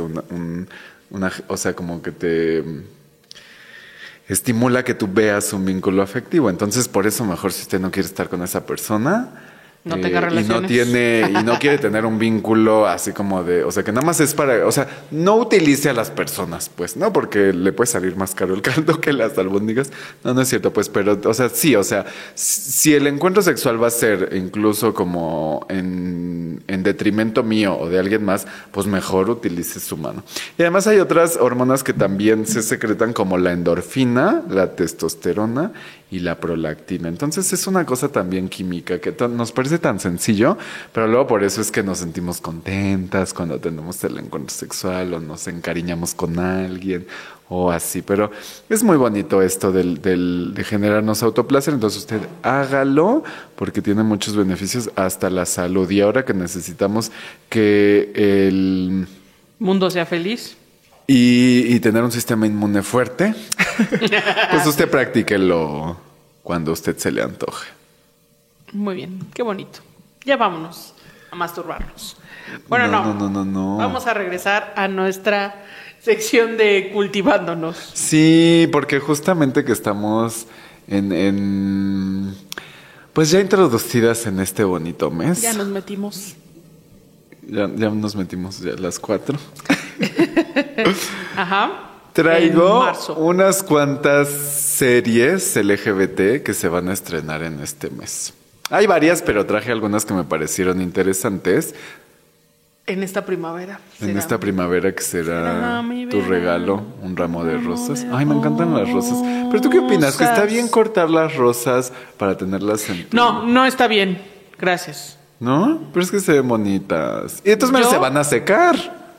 o sea, como que te estimula que tú veas un vínculo afectivo. Entonces, por eso mejor si usted no quiere estar con esa persona... No tenga relaciones. Y no quiere tener un vínculo así como de, o sea, que nada más es para, o sea, no utilice a las personas, pues, ¿no? Porque le puede salir más caro el caldo que las albóndigas. No es cierto, pues, pero, o sea, sí, o sea, si el encuentro sexual va a ser incluso como en detrimento mío o de alguien más, pues mejor utilice su mano. Y además hay otras hormonas que también se secretan como la endorfina, la testosterona y la prolactina. Entonces es una cosa también química que nos parece tan sencillo, pero luego por eso es que nos sentimos contentas cuando tenemos el encuentro sexual o nos encariñamos con alguien o así. Pero es muy bonito esto de generarnos autoplacer. Entonces usted hágalo porque tiene muchos beneficios hasta la salud. Y ahora que necesitamos que el Mundo sea feliz. y tener un sistema inmune fuerte, pues usted practíquelo cuando usted se le antoje. Muy bien, qué bonito. Ya vámonos a masturbarnos. Bueno, no. Vamos a regresar a nuestra sección de cultivándonos. Sí, porque justamente que estamos pues ya introducidas en este bonito mes. Ya nos metimos. Ya nos metimos ya a las 4. Ajá. Traigo En marzo. unas cuantas series LGBT que se van a estrenar en este mes. Hay varias, pero traje algunas que me parecieron interesantes. En esta primavera. En esta primavera que será mi tu verano, regalo, un ramo de rosas. de Ay, me encantan las rosas. ¿Pero tú qué opinas? ¿Que está bien cortar las rosas para tenerlas en tu... No está bien. Gracias. ¿No? Pero es que se ven bonitas. Y de todas maneras ¿Yo? se van a secar.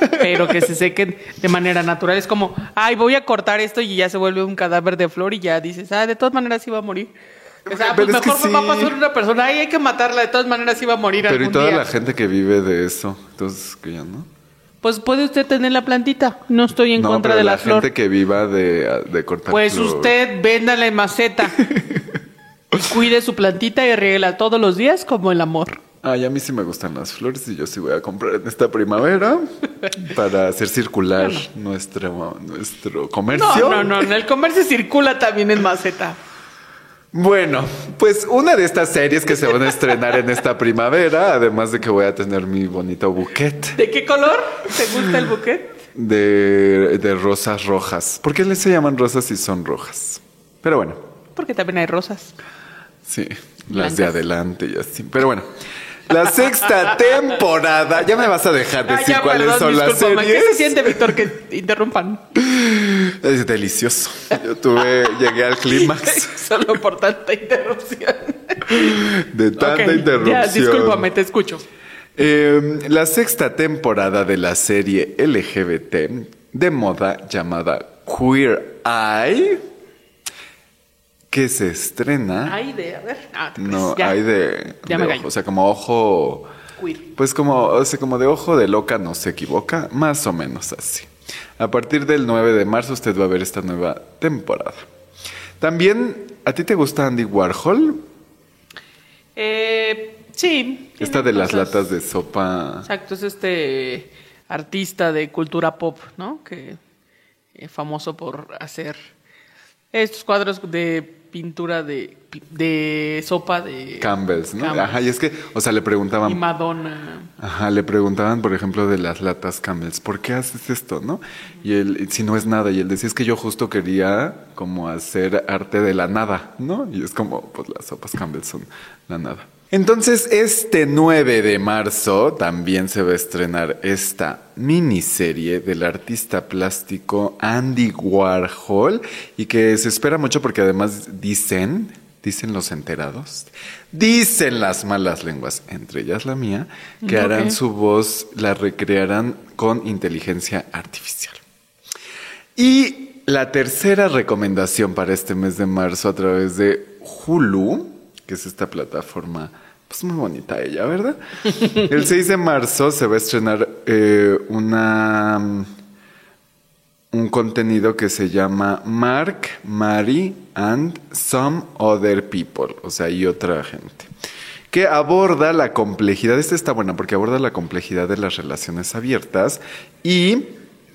pero que se sequen de manera natural. Es como, ay, voy a cortar esto y ya se vuelve un cadáver de flor y ya dices, de todas maneras iba a morir. O sea, pues mejor me va a pasar una persona, ay, hay que matarla, de todas maneras iba a morir pero algún y toda día. la gente que vive de eso, entonces que ya no. Pues puede usted tener la plantita, no estoy en contra pero de la flor. gente que viva de cortar Pues flor. usted véndale maceta. Cuide su plantita y riégala todos los días como el amor. Ay, a mí sí me gustan las flores y yo sí voy a comprar en esta primavera para hacer circular nuestro comercio. No, el comercio circula también en maceta. Bueno, pues una de estas series que se van a estrenar en esta primavera, además de que voy a tener mi bonito bouquet. ¿De qué color te gusta el bouquet? De rosas rojas. ¿Por qué se llaman rosas si son rojas? Pero bueno. Porque también hay rosas. Sí, las de adelante y así. Pero bueno, la 6ª temporada. Ya me vas a dejar decir cuáles son las series. ¿Qué se siente, Víctor, que interrumpan? Es delicioso. Llegué al clímax. Solo por tanta interrupción. De tanta interrupción. Ya, discúlpame, te escucho. La 6ª temporada de la serie LGBT de moda llamada Queer Eye, que se estrena. Hay de, a ver. Pues, no, ya. hay de ojo, o sea, como ojo. Queer. Pues como de ojo de loca no se equivoca, más o menos así. A partir del 9 de marzo usted va a ver esta nueva temporada. También, ¿a ti te gusta Andy Warhol? Sí. Esta de las latas de sopa. Exacto, es artista de cultura pop, ¿no? Que famoso por hacer estos cuadros de pintura de sopa de Campbell's, ¿no? Campbell's. Ajá, y es que, o sea, le preguntaban. Y Madonna. Ajá, le preguntaban, por ejemplo, de las latas Campbell's, ¿por qué haces esto, no? Y él, si no es nada, y él decía, es que yo justo quería como hacer arte de la nada, ¿no? Y es como, pues las sopas Campbell's son la nada. Entonces, este 9 de marzo también se va a estrenar esta miniserie del artista plástico Andy Warhol y que se espera mucho porque además dicen los enterados, dicen las malas lenguas, entre ellas la mía, que harán su voz, la recrearán con inteligencia artificial. Y la tercera recomendación para este mes de marzo a través de Hulu, que es esta plataforma, pues muy bonita ella, ¿verdad? El 6 de marzo se va a estrenar un contenido que se llama Mark, Mary and Some Other People, o sea, y otra gente, que aborda la complejidad, esta está buena porque aborda la complejidad de las relaciones abiertas y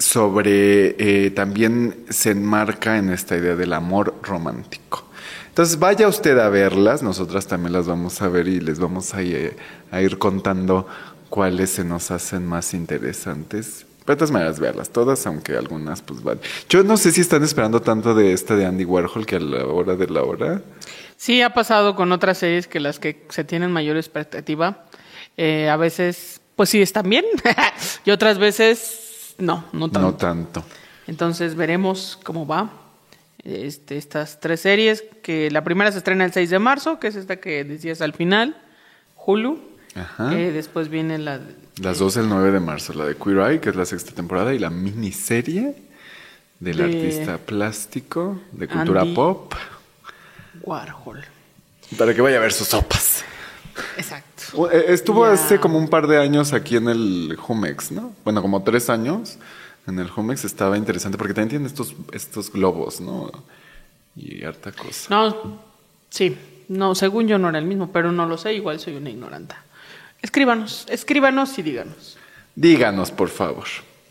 también se enmarca en esta idea del amor romántico. Entonces vaya usted a verlas, nosotras también las vamos a ver y les vamos a ir contando cuáles se nos hacen más interesantes. De todas maneras, verlas todas, aunque algunas pues van. Yo no sé si están esperando tanto de esta de Andy Warhol que a la hora de la hora. Sí, ha pasado con otras series que las que se tienen mayor expectativa, a veces pues sí están bien y otras veces no tanto. No tanto. Entonces veremos cómo va. Estas 3 series, que la primera se estrena el 6 de marzo, que es esta que decías al final, Hulu. Ajá. Después viene las dos el 9 de marzo, la de Queer Eye, que es la 6ª temporada, y la miniserie del artista plástico de cultura Andy pop. Warhol. Para que vaya a ver sus sopas. Exacto. Estuvo hace como un par de años aquí en el Jumex, ¿no? Bueno, como 3 años. En el Jumex estaba interesante porque también tienen estos globos, ¿no? Y harta cosa. No, sí. No, según yo no era el mismo, pero no lo sé. Igual soy una ignoranta. Escríbanos y díganos. Díganos, por favor.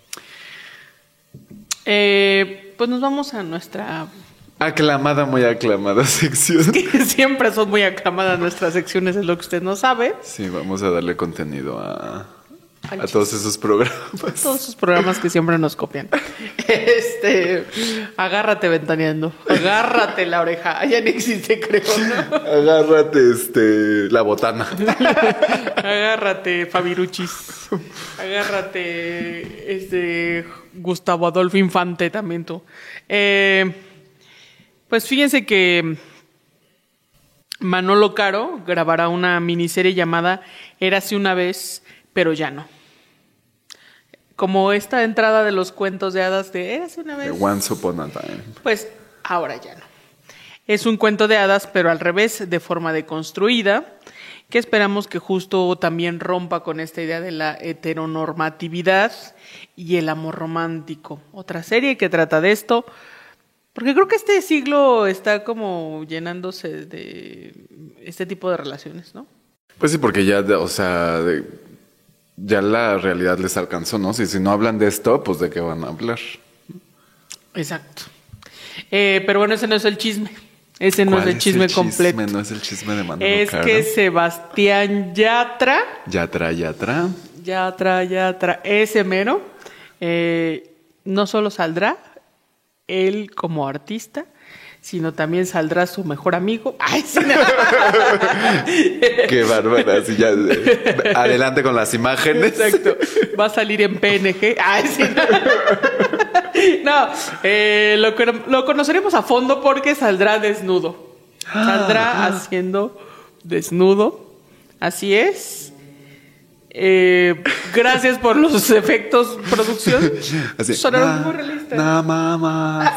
Pues nos vamos a nuestra... Muy aclamada sección. Que siempre son muy aclamadas nuestras secciones, es lo que usted no sabe. Sí, vamos a darle contenido a todos esos programas. Todos esos programas que siempre nos copian. Agárrate ventaneando. Agárrate la oreja. Ya no existe, creo, ¿no? Agárrate, la botana. Agárrate, Fabiruchis. Agárrate, Gustavo Adolfo Infante también tú. Pues fíjense que Manolo Caro grabará una miniserie llamada Érase una vez, pero ya no. como esta entrada de los cuentos de hadas de Érase una vez. The Once Upon a Time. Pues ahora ya no. Es un cuento de hadas, pero al revés, de forma deconstruida, que esperamos que justo también rompa con esta idea de la heteronormatividad y el amor romántico. Otra serie que trata de esto, porque creo que este siglo está como llenándose de este tipo de relaciones, ¿no? Pues sí, porque ya, o sea, ya la realidad les alcanzó, ¿no? Si no hablan de esto, pues ¿de qué van a hablar? Exacto. Pero bueno, ese no es el chisme. Ese no es el chisme completo. No es el chisme de Manolo Es Caro. que Sebastián Yatra, ese mero, no solo saldrá él como artista, sino también saldrá su mejor amigo. ¡Ay, sí! No. ¡Qué bárbara! Sí, ya, adelante con las imágenes. Exacto. Va a salir en PNG. ¡Ay, sí! No, lo conoceremos a fondo porque saldrá desnudo. Saldrá haciendo desnudo. Así es. Gracias por los efectos, producción. Así, sonaron muy realistas. Nada más.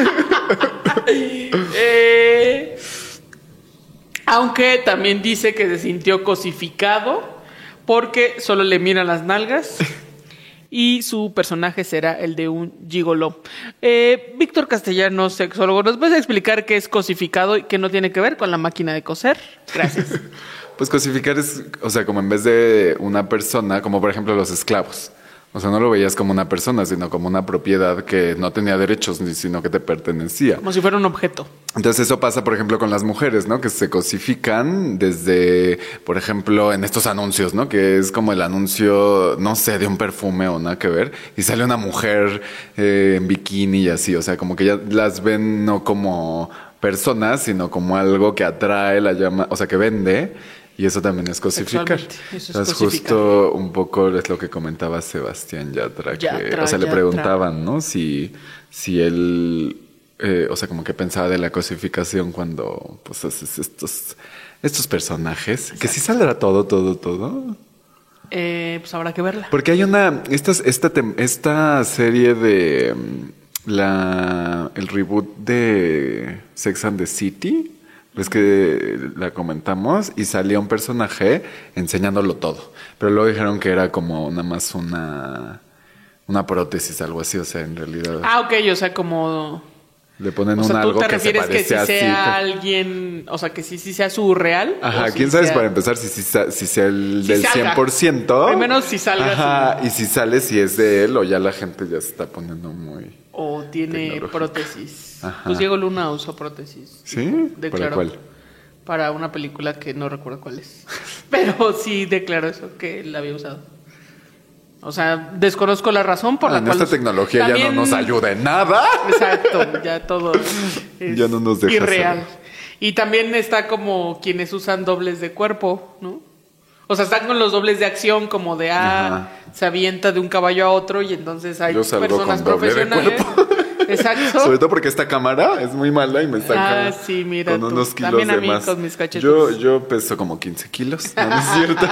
Aunque también dice que se sintió cosificado porque solo le miran las nalgas y su personaje será el de un gigoló. Víctor Castellanos, sexólogo, ¿nos puedes explicar qué es cosificado y qué no tiene que ver con la máquina de coser? Gracias. Pues cosificar es, o sea, como en vez de una persona, como por ejemplo los esclavos. O sea, no lo veías como una persona, sino como una propiedad que no tenía derechos, sino que te pertenecía. Como si fuera un objeto. Entonces eso pasa, por ejemplo, con las mujeres, ¿no? Que se cosifican desde, por ejemplo, en estos anuncios, ¿no? Que es como el anuncio, no sé, de un perfume o nada que ver. Y sale una mujer en bikini y así. O sea, como que ya las ven no como personas, sino como algo que atrae, la llama, o sea, que vende. Y eso también es cosificar. Eso es Entonces, cosificar. justo un poco es lo que comentaba Sebastián Yatra. O sea, le preguntaban, ¿no? Si él, o sea, como que pensaba de la cosificación cuando, pues, haces estos personajes. Exacto. Que sí saldrá todo. Pues habrá que verla. Porque hay esta serie de el reboot de Sex and the City. Pues que la comentamos y salía un personaje enseñándolo todo. Pero luego dijeron que era como nada más una prótesis, algo así. O sea, en realidad... Ok, o sea, como... Le ponen algo que se parece así. ¿Tú te refieres que si sea alguien... O sea, que sí sea surreal? Ajá, quién sabe para empezar si sea el del salga. 100%. Primero si salga. Ajá, y si sale, si es de él o ya la gente ya se está poniendo muy... O tiene prótesis. Ajá. Pues Diego Luna usó prótesis. ¿Sí? ¿Para cuál? Para una película que no recuerdo cuál es. Pero sí declaró eso, que él la había usado. O sea, desconozco la razón por la cual... Esta tecnología también... ya no nos ayuda en nada. Exacto, ya todo es ya no nos deja irreal. saber. Y también está como quienes usan dobles de cuerpo, ¿no? O sea, están con los dobles de acción como de se avienta de un caballo a otro y entonces hay personas profesionales. Exacto. Sobre todo porque esta cámara es muy mala y me saca sí, mira, con unos kilos también de a mí más. Con mis cachetes. Yo peso como 15 kilos, ¿no es cierto?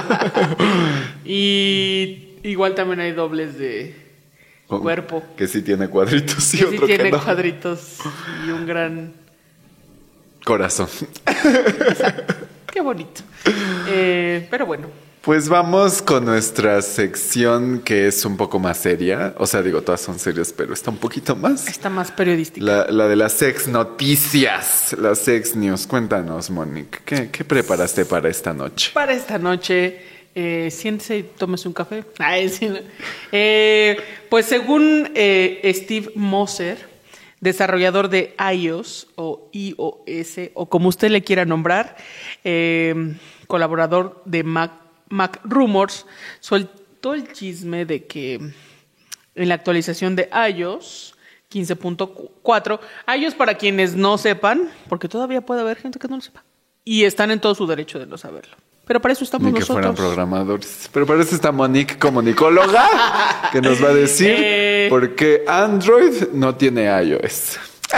Y igual también hay dobles de cuerpo. Que sí tiene cuadritos y que otro sí tiene que no. cuadritos y un gran... corazón. Exacto. Qué bonito. Pero bueno. Pues vamos con nuestra sección que es un poco más seria. O sea, digo, todas son serias, pero está un poquito más. Está más periodística. La de las sex noticias, las sex news. Cuéntanos, Monique, ¿qué preparaste para esta noche? Para esta noche, siéntese y tómese un café. Sí, no. Pues según Steve Moser, desarrollador de iOS o iOS, o como usted le quiera nombrar, colaborador de Mac Rumors, soltó el chisme de que en la actualización de iOS 15.4, iOS para quienes no sepan, porque todavía puede haber gente que no lo sepa, y están en todo su derecho de no saberlo. Pero para eso estamos Ni que nosotros. Fueran programadores. Pero para eso está Monique como nicóloga, que nos va a decir por qué Android no tiene iOS.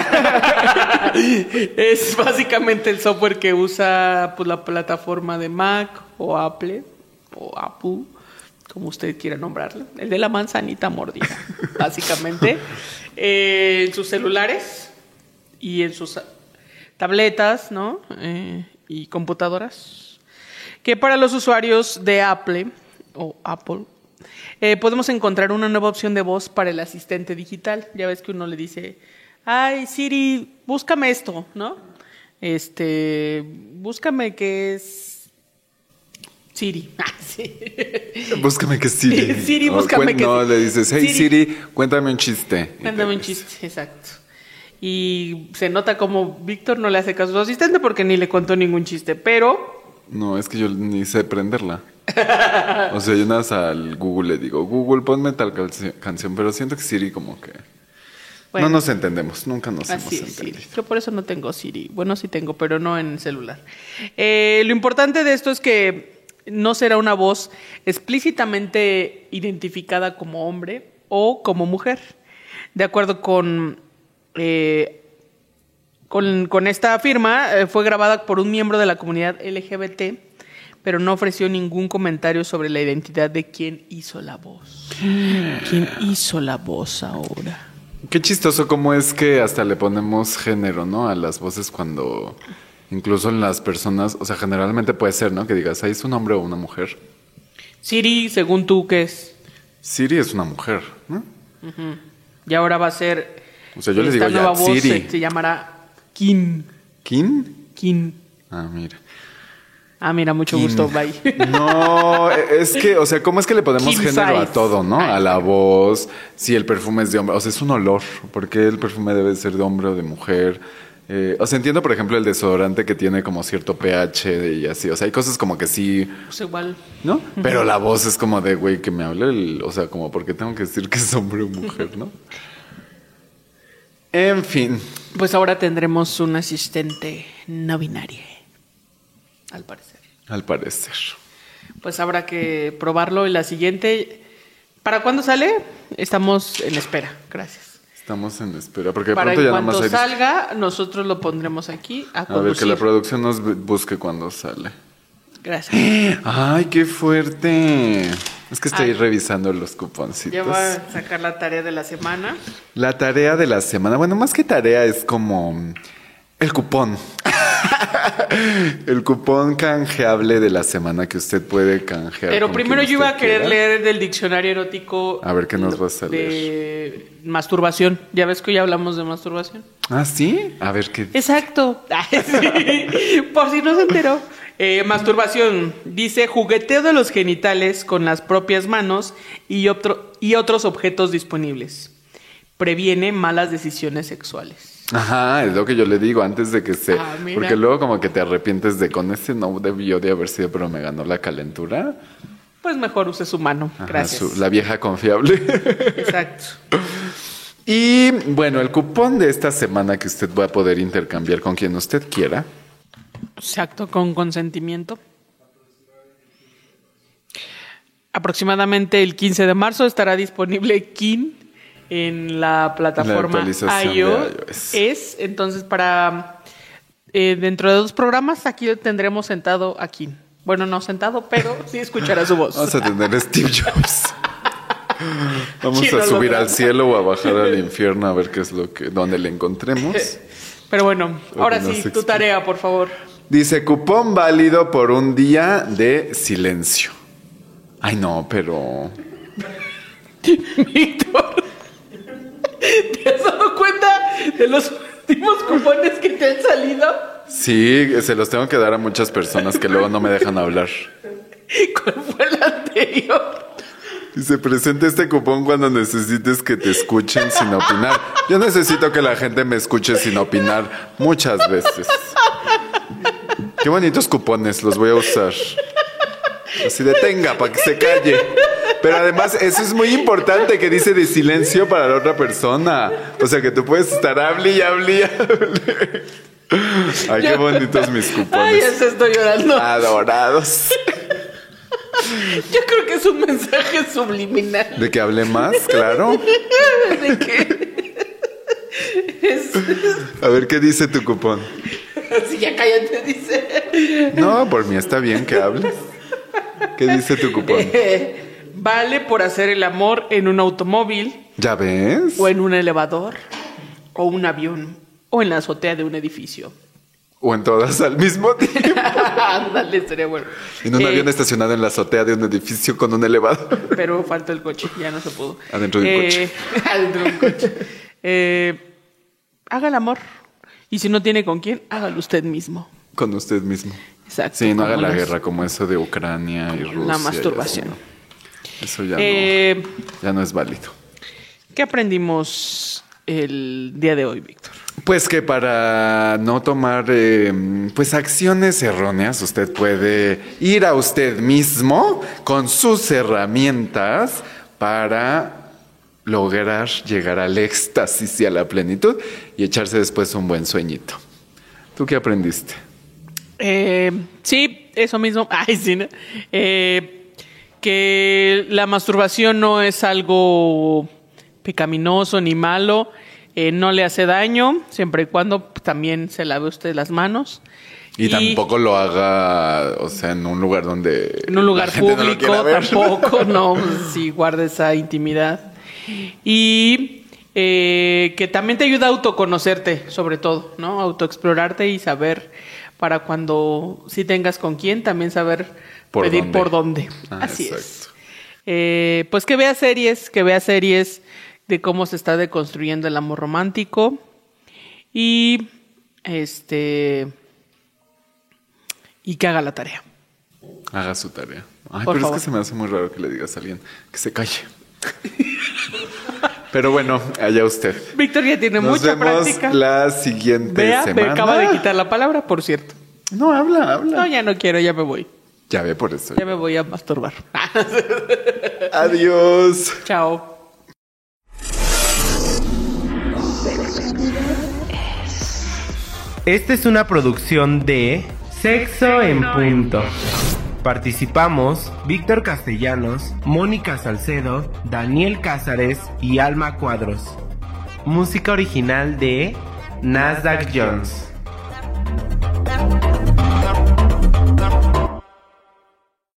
Es básicamente el software que usa pues, la plataforma de Mac o Apple, como usted quiera nombrarlo, el de la manzanita mordida, básicamente, en sus celulares y en sus tabletas, ¿no? Y computadoras, que para los usuarios de Apple podemos encontrar una nueva opción de voz para el asistente digital. Ya ves que uno le dice, ay, Siri, búscame esto, ¿no? Búscame que es Siri. Sí. Búscame que es Siri. Siri, búscame que no, le dices, hey Siri, cuéntame un chiste. Cuéntame un chiste, exacto. Y se nota como Víctor no le hace caso a su asistente porque ni le contó ningún chiste, pero... No, es que yo ni sé prenderla. O sea, yo nada más al Google le digo, Google, ponme tal canción, pero siento que Siri como que... Bueno, no nos entendemos, nunca nos hemos entendido. Siri. Yo por eso no tengo Siri. Bueno, sí tengo, pero no en celular. Lo importante de esto es que no será una voz explícitamente identificada como hombre o como mujer. De acuerdo con esta firma, fue grabada por un miembro de la comunidad LGBT, pero no ofreció ningún comentario sobre la identidad de quién hizo la voz. ¿Quién hizo la voz ahora? Qué chistoso cómo es que hasta le ponemos género, ¿no? A las voces cuando... Incluso en las personas, o sea, generalmente puede ser, ¿no? Que digas, ¿ahí es un hombre o una mujer? Siri, según tú, ¿qué es? Siri es una mujer, ¿no? Uh-huh. Y ahora va a ser... O sea, yo les digo ya, nueva voz Siri. Se llamará Kim. ¿Kin? Kim. Ah, mira. Ah, mira, mucho gusto, bye. No, es que, o sea, ¿cómo es que le ponemos King género size. a todo, no? A la voz, si el perfume es de hombre, o sea, es un olor. ¿Por qué el perfume debe ser de hombre o de mujer? O sea, entiendo, por ejemplo, el desodorante que tiene como cierto pH y así. O sea, hay cosas como que sí... Pues igual. ¿No? Pero la voz es como de, güey, que me hable o sea, como porque tengo que decir que es hombre o mujer, ¿no? En fin. Pues ahora tendremos un asistente no binario, al parecer. Al parecer. Pues habrá que probarlo. Y la siguiente... ¿Para cuándo sale? Estamos en espera. Gracias. Estamos en espera, porque de para pronto ya nada cuando más hay... salga, nosotros lo pondremos aquí a conducir. A ver, que la producción nos busque cuando sale. Gracias. ¡Ay, qué fuerte! Es que estoy revisando los cuponcitos. Ya voy a sacar la tarea de la semana. La tarea de la semana. Bueno, más que tarea es como el cupón. El cupón canjeable de la semana que usted puede canjear. Pero primero yo iba a querer leer del diccionario erótico. A ver qué nos vas a leer. De masturbación. Ya ves que ya hablamos de masturbación. ¿Ah, sí? A ver qué. Exacto. Sí. Por si no se enteró. Masturbación. Dice jugueteo de los genitales con las propias manos y otros objetos disponibles. Previene malas decisiones sexuales. Ajá, es lo que yo le digo antes de que se... Mira. Porque luego como que te arrepientes de con ese no debió de haber sido, pero me ganó la calentura. Pues mejor use su mano. Ajá, gracias. la vieja confiable. Exacto. Y bueno, el cupón de esta semana que usted va a poder intercambiar con quien usted quiera. Exacto, con consentimiento. Aproximadamente el 15 de marzo estará disponible Kin en la plataforma iOS. Entonces, para dentro de 2 programas, aquí lo tendremos sentado a Kin. Bueno, no sentado, pero sí escuchará su voz. Vamos a tener a Steve Jobs. Vamos a subir al cielo o a bajar al infierno a ver qué es dónde le encontremos. Pero bueno, ahora sí, tu tarea, por favor. Dice, cupón válido por un día de silencio. Ay, no, pero... Víctor, ¿te has dado cuenta de los últimos cupones que te han salido? Sí, se los tengo que dar a muchas personas que luego no me dejan hablar. ¿Cuál fue el anterior? Dice, presente este cupón cuando necesites que te escuchen sin opinar. Yo necesito que la gente me escuche sin opinar muchas veces. Qué bonitos cupones, los voy a usar. Así detenga para que se calle. Pero además, eso es muy importante que dice de silencio para la otra persona. O sea, que tú puedes estar hable y hable y hable. Ay, qué bonitos mis cupones. Ay, ya se estoy llorando. Adorados. Yo creo que es un mensaje subliminal. ¿De que hable más? Claro. ¿De qué? A ver, ¿qué dice tu cupón? Así ya cállate, dice. No, por mí está bien que hables. ¿Qué dice tu cupón? Vale por hacer el amor en un automóvil. ¿Ya ves? O en un elevador. O un avión. O en la azotea de un edificio. O en todas al mismo tiempo. Ándale, sería bueno. En un avión estacionado en la azotea de un edificio con un elevador. Pero falta el coche, ya no se pudo. Adentro de un coche. Adentro de un coche. Haga el amor. Y si no tiene con quién, hágalo usted mismo. Con usted mismo. Exacto. Sí, no haga la guerra como eso de Ucrania y Rusia. La masturbación. Eso ya, ya no es válido. ¿Qué aprendimos el día de hoy, Víctor? Pues que para no tomar pues acciones erróneas, usted puede ir a usted mismo con sus herramientas para lograr llegar al éxtasis y a la plenitud y echarse después un buen sueñito. ¿Tú qué aprendiste? Sí, eso mismo. Ay, sí, ¿no? Que la masturbación no es algo pecaminoso ni malo. No le hace daño, siempre y cuando también se lave usted las manos. Y tampoco lo haga, o sea, en un lugar donde... En un lugar público, no tampoco, no, sí, guarde esa intimidad. Y que también te ayuda a autoconocerte, sobre todo, ¿no? Autoexplorarte y saber para cuando sí tengas con quién, también saber pedir por dónde. Así exacto. Es. Pues que vea series de cómo se está deconstruyendo el amor romántico y y que haga la tarea. Haga su tarea. Ay, por pero favor. Es que se me hace muy raro que le digas a alguien que se calle. Pero bueno, allá usted. Víctor ya tiene mucha práctica. Nos vemos la siguiente semana. Me acaba de quitar la palabra, por cierto. No, habla. No, ya no quiero, ya me voy. Ya ve por eso. Ya me voy a masturbar. Adiós. Chao. Esta es una producción de Sexo en Punto. Participamos Víctor Castellanos, Mónica Salcedo, Daniel Cázares y Alma Cuadros. Música original de Nasdaq Jones.